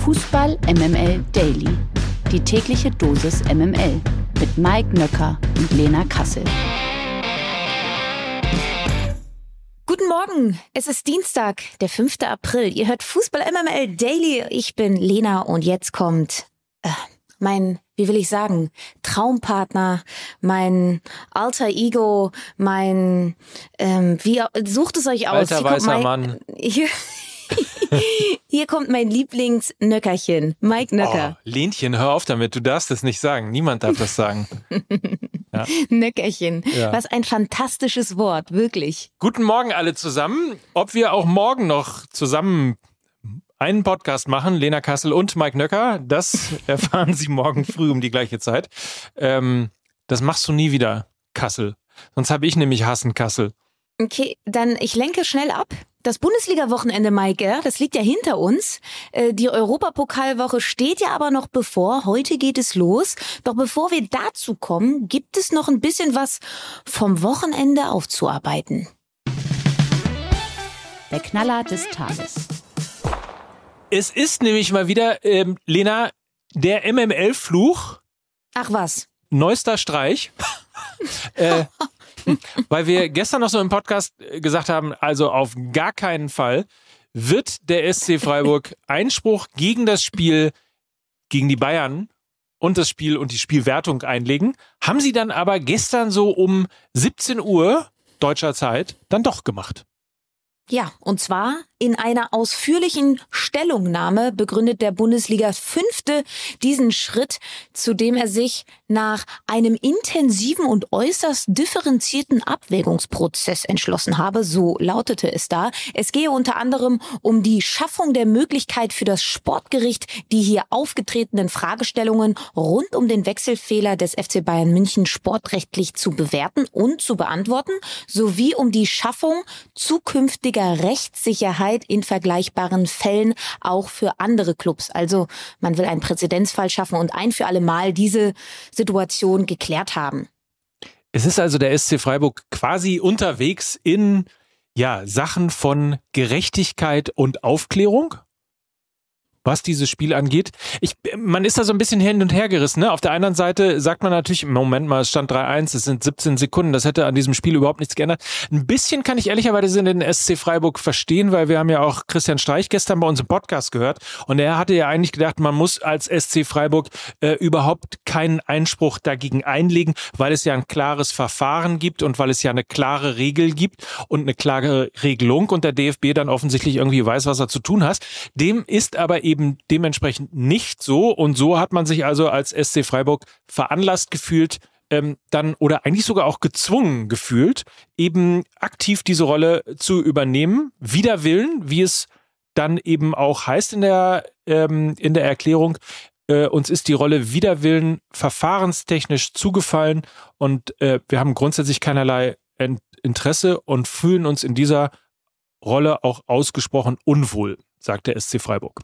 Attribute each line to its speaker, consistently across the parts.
Speaker 1: Fußball MML Daily. Die tägliche Dosis MML mit Mike Nöcker und Lena Kassel.
Speaker 2: Guten Morgen, es ist Dienstag, der 5. April. Ihr hört Fußball MML Daily. Ich bin Lena und jetzt kommt mein, wie will ich sagen, Traumpartner, mein alter Ego, mein, wie sucht es euch aus?
Speaker 3: Alter weißer Mann.
Speaker 2: Hier kommt mein Lieblingsnöckerchen, Mike Nöcker.
Speaker 3: Oh, Lenchen, hör auf damit, du darfst es nicht sagen. Niemand darf das sagen.
Speaker 2: Ja. Nöckerchen, ja. Was ein fantastisches Wort, wirklich.
Speaker 3: Guten Morgen alle zusammen. Ob wir auch morgen noch zusammen einen Podcast machen, Lena Kassel und Mike Nöcker, das erfahren Sie morgen früh um die gleiche Zeit. Das machst du nie wieder, Kassel. Sonst habe ich nämlich Hassen Kassel.
Speaker 2: Okay, dann ich lenke schnell ab. Das Bundesliga-Wochenende, Mike, das liegt ja hinter uns. Die Europapokalwoche steht ja aber noch bevor. Heute geht es los. Doch bevor wir dazu kommen, gibt es noch ein bisschen was vom Wochenende aufzuarbeiten.
Speaker 1: Der Knaller des Tages.
Speaker 3: Es ist nämlich mal wieder, Lena, der MML-Fluch.
Speaker 2: Ach was.
Speaker 3: Neuester Streich. Weil wir gestern noch so im Podcast gesagt haben, also auf gar keinen Fall wird der SC Freiburg Einspruch gegen das Spiel gegen die Bayern und das Spiel und die Spielwertung einlegen. Haben sie dann aber gestern so um 17 Uhr deutscher Zeit dann doch gemacht.
Speaker 2: Ja, und zwar in einer ausführlichen Stellungnahme begründet der Bundesliga-Fünfte diesen Schritt, zu dem er sich nach einem intensiven und äußerst differenzierten Abwägungsprozess entschlossen habe. So lautete es da. Es gehe unter anderem um die Schaffung der Möglichkeit für das Sportgericht, die hier aufgetretenen Fragestellungen rund um den Wechselfehler des FC Bayern München sportrechtlich zu bewerten und zu beantworten, sowie um die Schaffung zukünftiger Rechtssicherheit in vergleichbaren Fällen auch für andere Clubs. Also man will einen Präzedenzfall schaffen und ein für alle Mal diese Situation geklärt haben.
Speaker 3: Es ist also der SC Freiburg quasi unterwegs in Sachen von Gerechtigkeit und Aufklärung, was dieses Spiel angeht. Man ist da so ein bisschen hin und her gerissen. Ne? Auf der einen Seite sagt man natürlich, Moment mal, es stand 3-1, es sind 17 Sekunden, das hätte an diesem Spiel überhaupt nichts geändert. Ein bisschen kann ich ehrlicherweise den SC Freiburg verstehen, weil wir haben ja auch Christian Streich gestern bei uns im Podcast gehört und er hatte ja eigentlich gedacht, man muss als SC Freiburg überhaupt keinen Einspruch dagegen einlegen, weil es ja ein klares Verfahren gibt und weil es ja eine klare Regel gibt und eine klare Regelung und der DFB dann offensichtlich irgendwie weiß, was er zu tun hat. Dem ist aber eben dementsprechend nicht so und so hat man sich also als SC Freiburg veranlasst gefühlt, dann oder eigentlich sogar auch gezwungen gefühlt, eben aktiv diese Rolle zu übernehmen, wider Willen, wie es dann eben auch heißt in der Erklärung. Uns ist die Rolle wider Willen verfahrenstechnisch zugefallen und wir haben grundsätzlich keinerlei Interesse und fühlen uns in dieser Rolle auch ausgesprochen unwohl, sagt der SC Freiburg.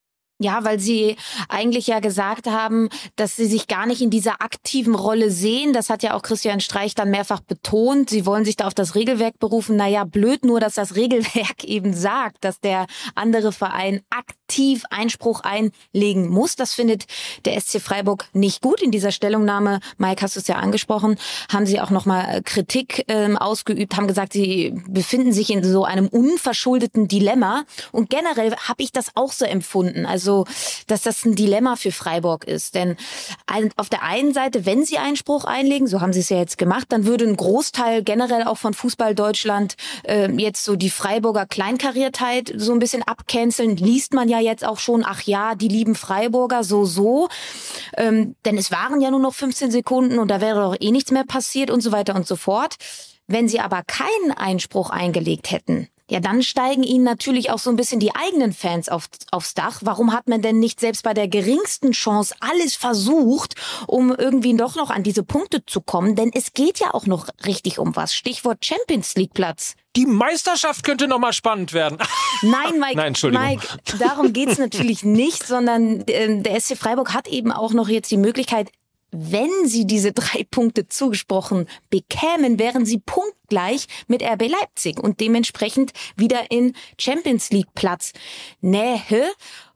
Speaker 2: Ja, weil sie eigentlich ja gesagt haben, dass sie sich gar nicht in dieser aktiven Rolle sehen. Das hat ja auch Christian Streich dann mehrfach betont. Sie wollen sich da auf das Regelwerk berufen. Naja, blöd nur, dass das Regelwerk eben sagt, dass der andere Verein aktiv Einspruch einlegen muss. Das findet der SC Freiburg nicht gut. In dieser Stellungnahme, Mike, hast du es ja angesprochen, haben sie auch nochmal Kritik ausgeübt, haben gesagt, sie befinden sich in so einem unverschuldeten Dilemma. Und generell habe ich das auch so empfunden. Also, dass das ein Dilemma für Freiburg ist. Denn auf der einen Seite, wenn sie Einspruch einlegen, so haben sie es ja jetzt gemacht, dann würde ein Großteil generell auch von Fußball Deutschland jetzt so die Freiburger Kleinkariertheit so ein bisschen abcanceln. Liest man ja jetzt auch schon, ach ja, die lieben Freiburger, so. Denn es waren ja nur noch 15 Sekunden und da wäre doch eh nichts mehr passiert und so weiter und so fort. Wenn sie aber keinen Einspruch eingelegt hätten, ja, dann steigen ihnen natürlich auch so ein bisschen die eigenen Fans aufs Dach. Warum hat man denn nicht selbst bei der geringsten Chance alles versucht, um irgendwie doch noch an diese Punkte zu kommen? Denn es geht ja auch noch richtig um was. Stichwort Champions League Platz.
Speaker 3: Die Meisterschaft könnte noch mal spannend werden.
Speaker 2: Nein, Mike,
Speaker 3: Nein, Entschuldigung.
Speaker 2: Mike, darum geht's natürlich nicht, sondern der SC Freiburg hat eben auch noch jetzt die Möglichkeit, wenn sie diese 3 Punkte zugesprochen bekämen, wären sie punktgleich mit RB Leipzig und dementsprechend wieder in Champions League Platz Nähe.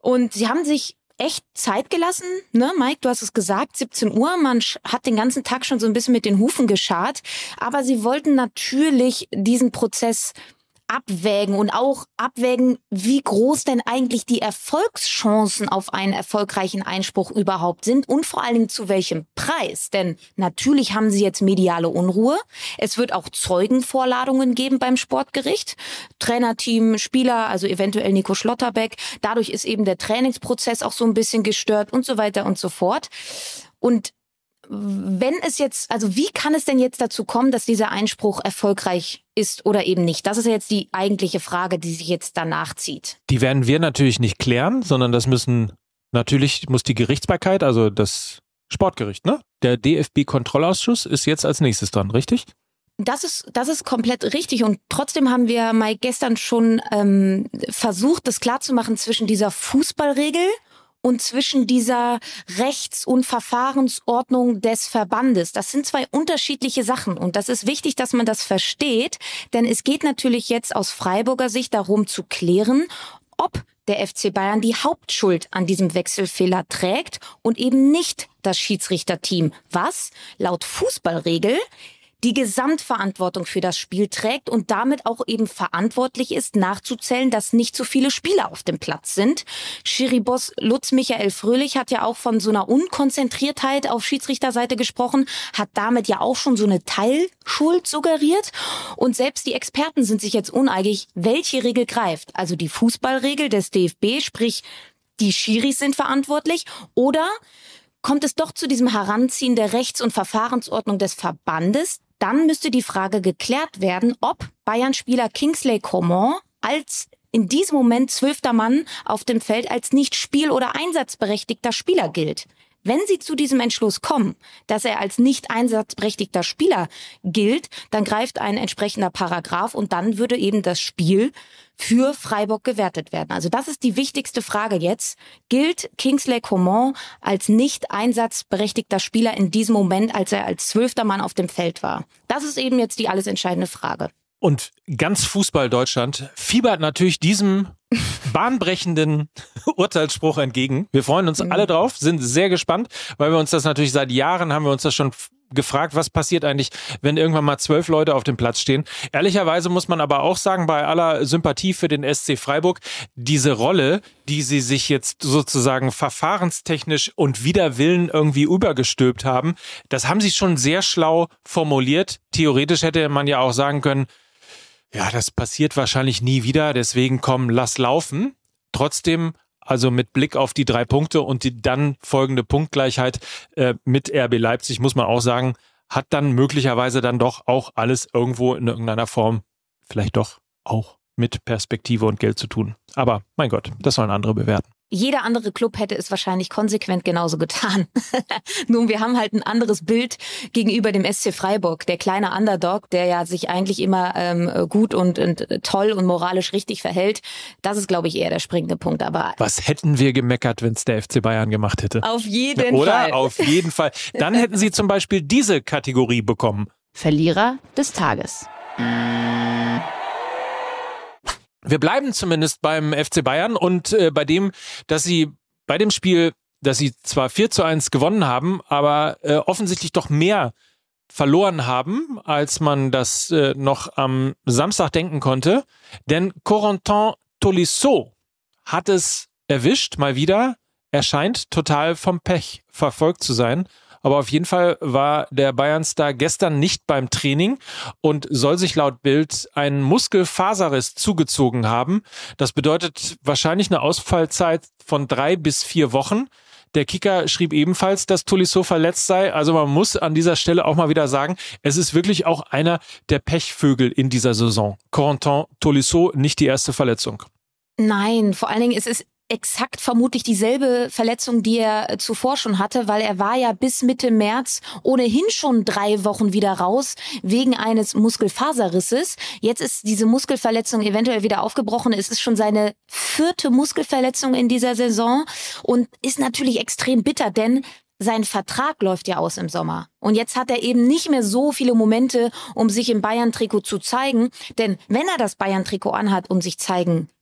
Speaker 2: Und sie haben sich echt Zeit gelassen, ne, Mike, du hast es gesagt, 17 Uhr, man hat den ganzen Tag schon so ein bisschen mit den Hufen geschart, aber sie wollten natürlich diesen Prozess abwägen und auch abwägen, wie groß denn eigentlich die Erfolgschancen auf einen erfolgreichen Einspruch überhaupt sind und vor allen Dingen zu welchem Preis. Denn natürlich haben sie jetzt mediale Unruhe. Es wird auch Zeugenvorladungen geben beim Sportgericht. Trainerteam, Spieler, also eventuell Nico Schlotterbeck. Dadurch ist eben der Trainingsprozess auch so ein bisschen gestört und so weiter und so fort. Und wenn es jetzt, also wie kann es denn jetzt dazu kommen, dass dieser Einspruch erfolgreich ist oder eben nicht? Das ist ja jetzt die eigentliche Frage, die sich jetzt danach zieht.
Speaker 3: Die werden wir natürlich nicht klären, sondern das muss die Gerichtsbarkeit, also das Sportgericht, ne? Der DFB-Kontrollausschuss ist jetzt als nächstes dran, richtig?
Speaker 2: Das ist komplett richtig und trotzdem haben wir, Mike, gestern schon versucht, das klarzumachen zwischen dieser Fußballregel und zwischen dieser Rechts- und Verfahrensordnung des Verbandes. Das sind zwei unterschiedliche Sachen und das ist wichtig, dass man das versteht, denn es geht natürlich jetzt aus Freiburger Sicht darum zu klären, ob der FC Bayern die Hauptschuld an diesem Wechselfehler trägt und eben nicht das Schiedsrichterteam, was laut Fußballregel die Gesamtverantwortung für das Spiel trägt und damit auch eben verantwortlich ist, nachzuzählen, dass nicht so viele Spieler auf dem Platz sind. Schiri-Boss Lutz Michael Fröhlich hat ja auch von so einer Unkonzentriertheit auf Schiedsrichterseite gesprochen, hat damit ja auch schon so eine Teilschuld suggeriert. Und selbst die Experten sind sich jetzt uneinig, welche Regel greift. Also die Fußballregel des DFB, sprich die Schiris sind verantwortlich, oder kommt es doch zu diesem Heranziehen der Rechts- und Verfahrensordnung des Verbandes, dann müsste die Frage geklärt werden, ob Bayern-Spieler Kingsley Coman als in diesem Moment 12. Mann auf dem Feld als nicht spiel- oder einsatzberechtigter Spieler gilt. Wenn sie zu diesem Entschluss kommen, dass er als nicht einsatzberechtigter Spieler gilt, dann greift ein entsprechender Paragraph und dann würde eben das Spiel für Freiburg gewertet werden. Also das ist die wichtigste Frage jetzt. Gilt Kingsley Coman als nicht einsatzberechtigter Spieler in diesem Moment, als er als 12. Mann auf dem Feld war? Das ist eben jetzt die alles entscheidende Frage.
Speaker 3: Und ganz Fußball-Deutschland fiebert natürlich diesem bahnbrechenden Urteilsspruch entgegen. Wir freuen uns alle drauf, sind sehr gespannt, weil wir uns das natürlich seit Jahren haben wir uns das schon gefragt, was passiert eigentlich, wenn irgendwann mal 12 Leute auf dem Platz stehen. Ehrlicherweise muss man aber auch sagen, bei aller Sympathie für den SC Freiburg, diese Rolle, die sie sich jetzt sozusagen verfahrenstechnisch und wider Willen irgendwie übergestülpt haben, das haben sie schon sehr schlau formuliert. Theoretisch hätte man ja auch sagen können, ja, das passiert wahrscheinlich nie wieder, deswegen komm, lass laufen. Trotzdem, also mit Blick auf die 3 Punkte und die dann folgende Punktgleichheit mit RB Leipzig, muss man auch sagen, hat dann möglicherweise dann doch auch alles irgendwo in irgendeiner Form vielleicht doch auch mit Perspektive und Geld zu tun. Aber mein Gott, das sollen andere bewerten.
Speaker 2: Jeder andere Club hätte es wahrscheinlich konsequent genauso getan. Nun, wir haben halt ein anderes Bild gegenüber dem SC Freiburg. Der kleine Underdog, der ja sich eigentlich immer gut und toll und moralisch richtig verhält. Das ist, glaube ich, eher der springende Punkt. Aber
Speaker 3: was hätten wir gemeckert, wenn es der FC Bayern gemacht hätte?
Speaker 2: Auf jeden Fall.
Speaker 3: Oder? Auf jeden Fall. Dann hätten sie zum Beispiel diese Kategorie bekommen.
Speaker 1: Verlierer des Tages.
Speaker 3: Wir bleiben zumindest beim FC Bayern und bei dem Spiel, dass sie zwar 4:1 gewonnen haben, aber offensichtlich doch mehr verloren haben, als man das noch am Samstag denken konnte. Denn Corentin Tolisso hat es erwischt, mal wieder. Er scheint total vom Pech verfolgt zu sein. Aber auf jeden Fall war der Bayern-Star gestern nicht beim Training und soll sich laut Bild einen Muskelfaserriss zugezogen haben. Das bedeutet wahrscheinlich eine Ausfallzeit von 3 bis 4 Wochen. Der Kicker schrieb ebenfalls, dass Tolisso verletzt sei. Also man muss an dieser Stelle auch mal wieder sagen, es ist wirklich auch einer der Pechvögel in dieser Saison. Corentin Tolisso, nicht die erste Verletzung.
Speaker 2: Nein, vor allen Dingen ist es exakt vermutlich dieselbe Verletzung, die er zuvor schon hatte, weil er war ja bis Mitte März ohnehin schon 3 Wochen wieder raus wegen eines Muskelfaserrisses. Jetzt ist diese Muskelverletzung eventuell wieder aufgebrochen. Es ist schon seine 4. Muskelverletzung in dieser Saison und ist natürlich extrem bitter, denn sein Vertrag läuft ja aus im Sommer. Und jetzt hat er eben nicht mehr so viele Momente, um sich im Bayern-Trikot zu zeigen. Denn wenn er das Bayern-Trikot anhat und sich zeigen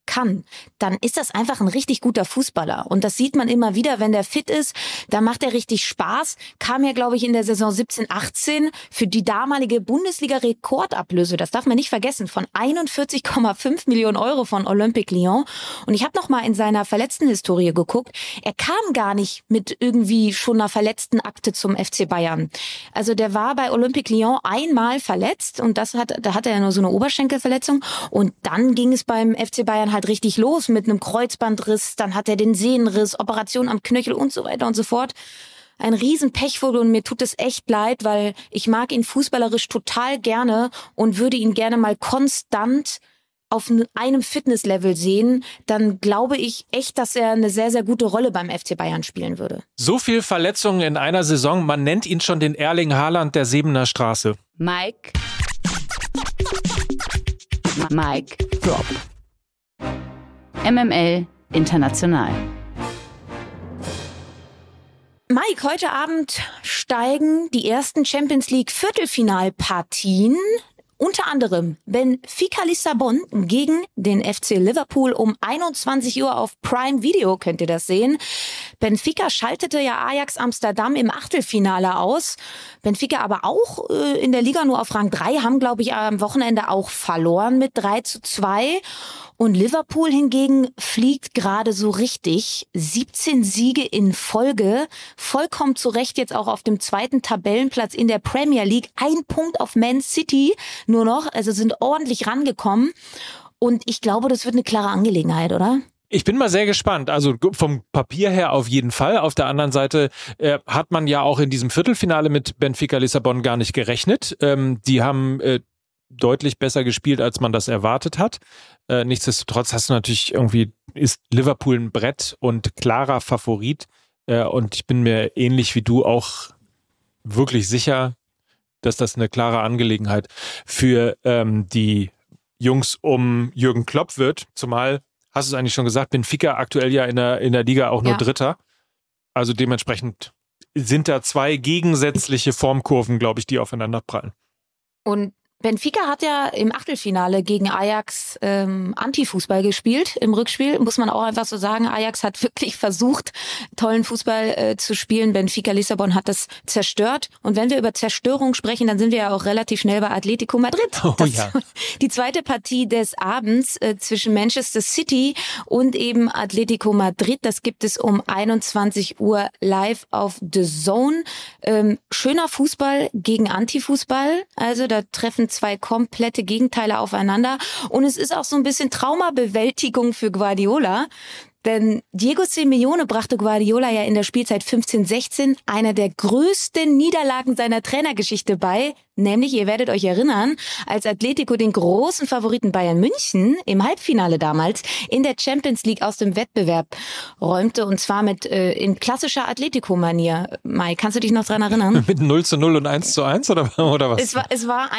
Speaker 2: kann, dann ist das einfach ein richtig guter Fußballer. Und das sieht man immer wieder, wenn der fit ist, dann macht er richtig Spaß. Kam ja, glaube ich, in der Saison 17/18 für die damalige Bundesliga-Rekordablöse, das darf man nicht vergessen, von 41,5 Millionen Euro von Olympique Lyon. Und ich habe noch mal in seiner Verletztenhistorie geguckt. Er kam gar nicht mit irgendwie schon einer verletzten Akte zum FC Bayern. Also der war bei Olympique Lyon einmal verletzt und da hatte er nur so eine Oberschenkelverletzung. Und dann ging es beim FC Bayern halt richtig los mit einem Kreuzbandriss. Dann hat er den Sehnenriss, Operation am Knöchel und so weiter und so fort. Ein riesen Pechvogel und mir tut es echt leid, weil ich mag ihn fußballerisch total gerne und würde ihn gerne mal konstant auf einem Fitnesslevel sehen, dann glaube ich echt, dass er eine sehr, sehr gute Rolle beim FC Bayern spielen würde.
Speaker 3: So viel Verletzungen in einer Saison, man nennt ihn schon den Erling Haaland der Sebener Straße.
Speaker 1: Mike Drop. MML International.
Speaker 2: Mike, heute Abend steigen die ersten Champions League Viertelfinalpartien. Unter anderem Benfica Lissabon gegen den FC Liverpool um 21 Uhr auf Prime Video, könnt ihr das sehen. Benfica schaltete ja Ajax Amsterdam im Achtelfinale aus. Benfica aber auch in der Liga nur auf Rang 3, haben, glaube ich, am Wochenende auch verloren mit 3:2. Und Liverpool hingegen fliegt gerade so richtig. 17 Siege in Folge. Vollkommen zu Recht jetzt auch auf dem zweiten Tabellenplatz in der Premier League. 1 Punkt auf Man City nur noch. Also sind ordentlich rangekommen. Und ich glaube, das wird eine klare Angelegenheit, oder?
Speaker 3: Ich bin mal sehr gespannt. Also vom Papier her auf jeden Fall. Auf der anderen Seite hat man ja auch in diesem Viertelfinale mit Benfica Lissabon gar nicht gerechnet. Die haben deutlich besser gespielt, als man das erwartet hat. Nichtsdestotrotz hast du natürlich ist Liverpool ein Brett und klarer Favorit. Und ich bin mir ähnlich wie du auch wirklich sicher, dass das eine klare Angelegenheit für die Jungs um Jürgen Klopp wird. Zumal, hast du es eigentlich schon gesagt, Benfica aktuell ja in der Liga auch nur Dritter. Also dementsprechend sind da zwei gegensätzliche Formkurven, glaube ich, die aufeinander prallen.
Speaker 2: Und Benfica hat ja im Achtelfinale gegen Ajax Anti-Fußball gespielt im Rückspiel, muss man auch einfach so sagen. Ajax hat wirklich versucht, tollen Fußball zu spielen. Benfica Lissabon hat das zerstört. Und wenn wir über Zerstörung sprechen, dann sind wir ja auch relativ schnell bei Atletico Madrid. Die zweite Partie des Abends zwischen Manchester City und eben Atletico Madrid, das gibt es um 21 Uhr live auf The Zone. Schöner Fußball gegen Anti-Fußball. Also da treffen zwei komplette Gegenteile aufeinander. Und es ist auch so ein bisschen Traumabewältigung für Guardiola. Denn Diego Simeone brachte Guardiola ja in der Spielzeit 15/16 einer der größten Niederlagen seiner Trainergeschichte bei. Nämlich, ihr werdet euch erinnern, als Atletico den großen Favoriten Bayern München im Halbfinale damals in der Champions League aus dem Wettbewerb räumte. Und zwar in klassischer Atletico-Manier. Mai, kannst du dich noch dran erinnern?
Speaker 3: Mit 0:0 und 1:1 oder was?
Speaker 2: Es war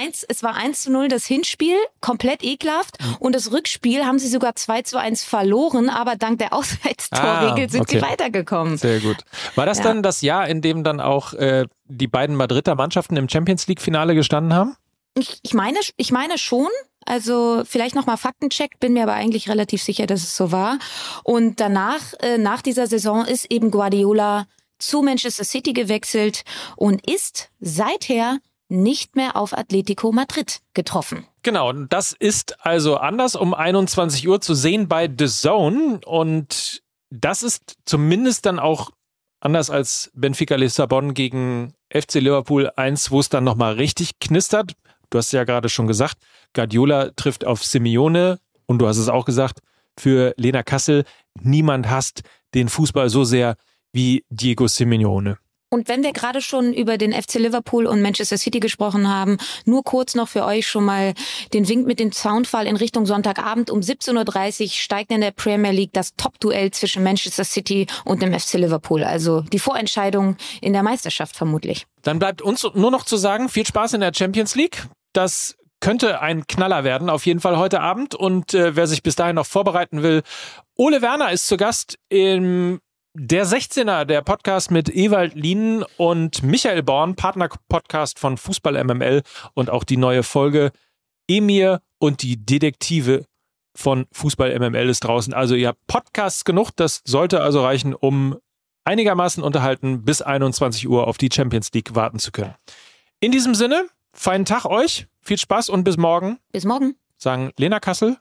Speaker 2: 1:0 das Hinspiel, komplett ekelhaft. Und das Rückspiel haben sie sogar 2:1 verloren, aber dank der Auswärtstorregel sind sie weitergekommen.
Speaker 3: Sehr gut. War das dann das Jahr, in dem dann auch die beiden Madrider Mannschaften im Champions-League-Finale gestanden haben?
Speaker 2: Ich meine schon. Also vielleicht nochmal Faktencheck, bin mir aber eigentlich relativ sicher, dass es so war. Und danach, nach dieser Saison, ist eben Guardiola zu Manchester City gewechselt und ist seither nicht mehr auf Atletico Madrid getroffen.
Speaker 3: Genau, und das ist also anders um 21 Uhr zu sehen bei The Zone. Und das ist zumindest dann auch anders als Benfica Lissabon gegen FC Liverpool 1, wo es dann nochmal richtig knistert. Du hast ja gerade schon gesagt, Guardiola trifft auf Simeone und du hast es auch gesagt, für Lena Kassel, niemand hasst den Fußball so sehr wie Diego Simeone.
Speaker 2: Und wenn wir gerade schon über den FC Liverpool und Manchester City gesprochen haben, nur kurz noch für euch schon mal den Wink mit dem Soundfall in Richtung Sonntagabend. Um 17:30 Uhr steigt in der Premier League das Top-Duell zwischen Manchester City und dem FC Liverpool. Also die Vorentscheidung in der Meisterschaft vermutlich.
Speaker 3: Dann bleibt uns nur noch zu sagen, viel Spaß in der Champions League. Das könnte ein Knaller werden, auf jeden Fall heute Abend. Und wer sich bis dahin noch vorbereiten will, Ole Werner ist zu Gast im Der 16er, der Podcast mit Ewald Lienen und Michael Born, Partner-Podcast von Fußball MML und auch die neue Folge Emir und die Detektive von Fußball MML ist draußen. Also ihr habt Podcasts genug, das sollte also reichen, um einigermaßen unterhalten bis 21 Uhr auf die Champions League warten zu können. In diesem Sinne, feinen Tag euch, viel Spaß und bis morgen.
Speaker 2: Bis morgen.
Speaker 3: Sagen Lena Kassel.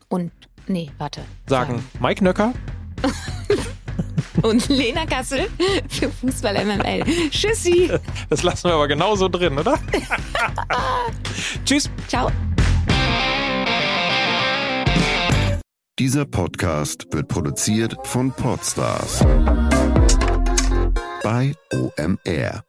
Speaker 3: Sagen Mike Nöcker.
Speaker 2: Und Lena Kassel für Fußball MML. Tschüssi.
Speaker 3: Das lassen wir aber genauso drin, oder? Tschüss.
Speaker 2: Ciao.
Speaker 4: Dieser Podcast wird produziert von Podstars bei OMR.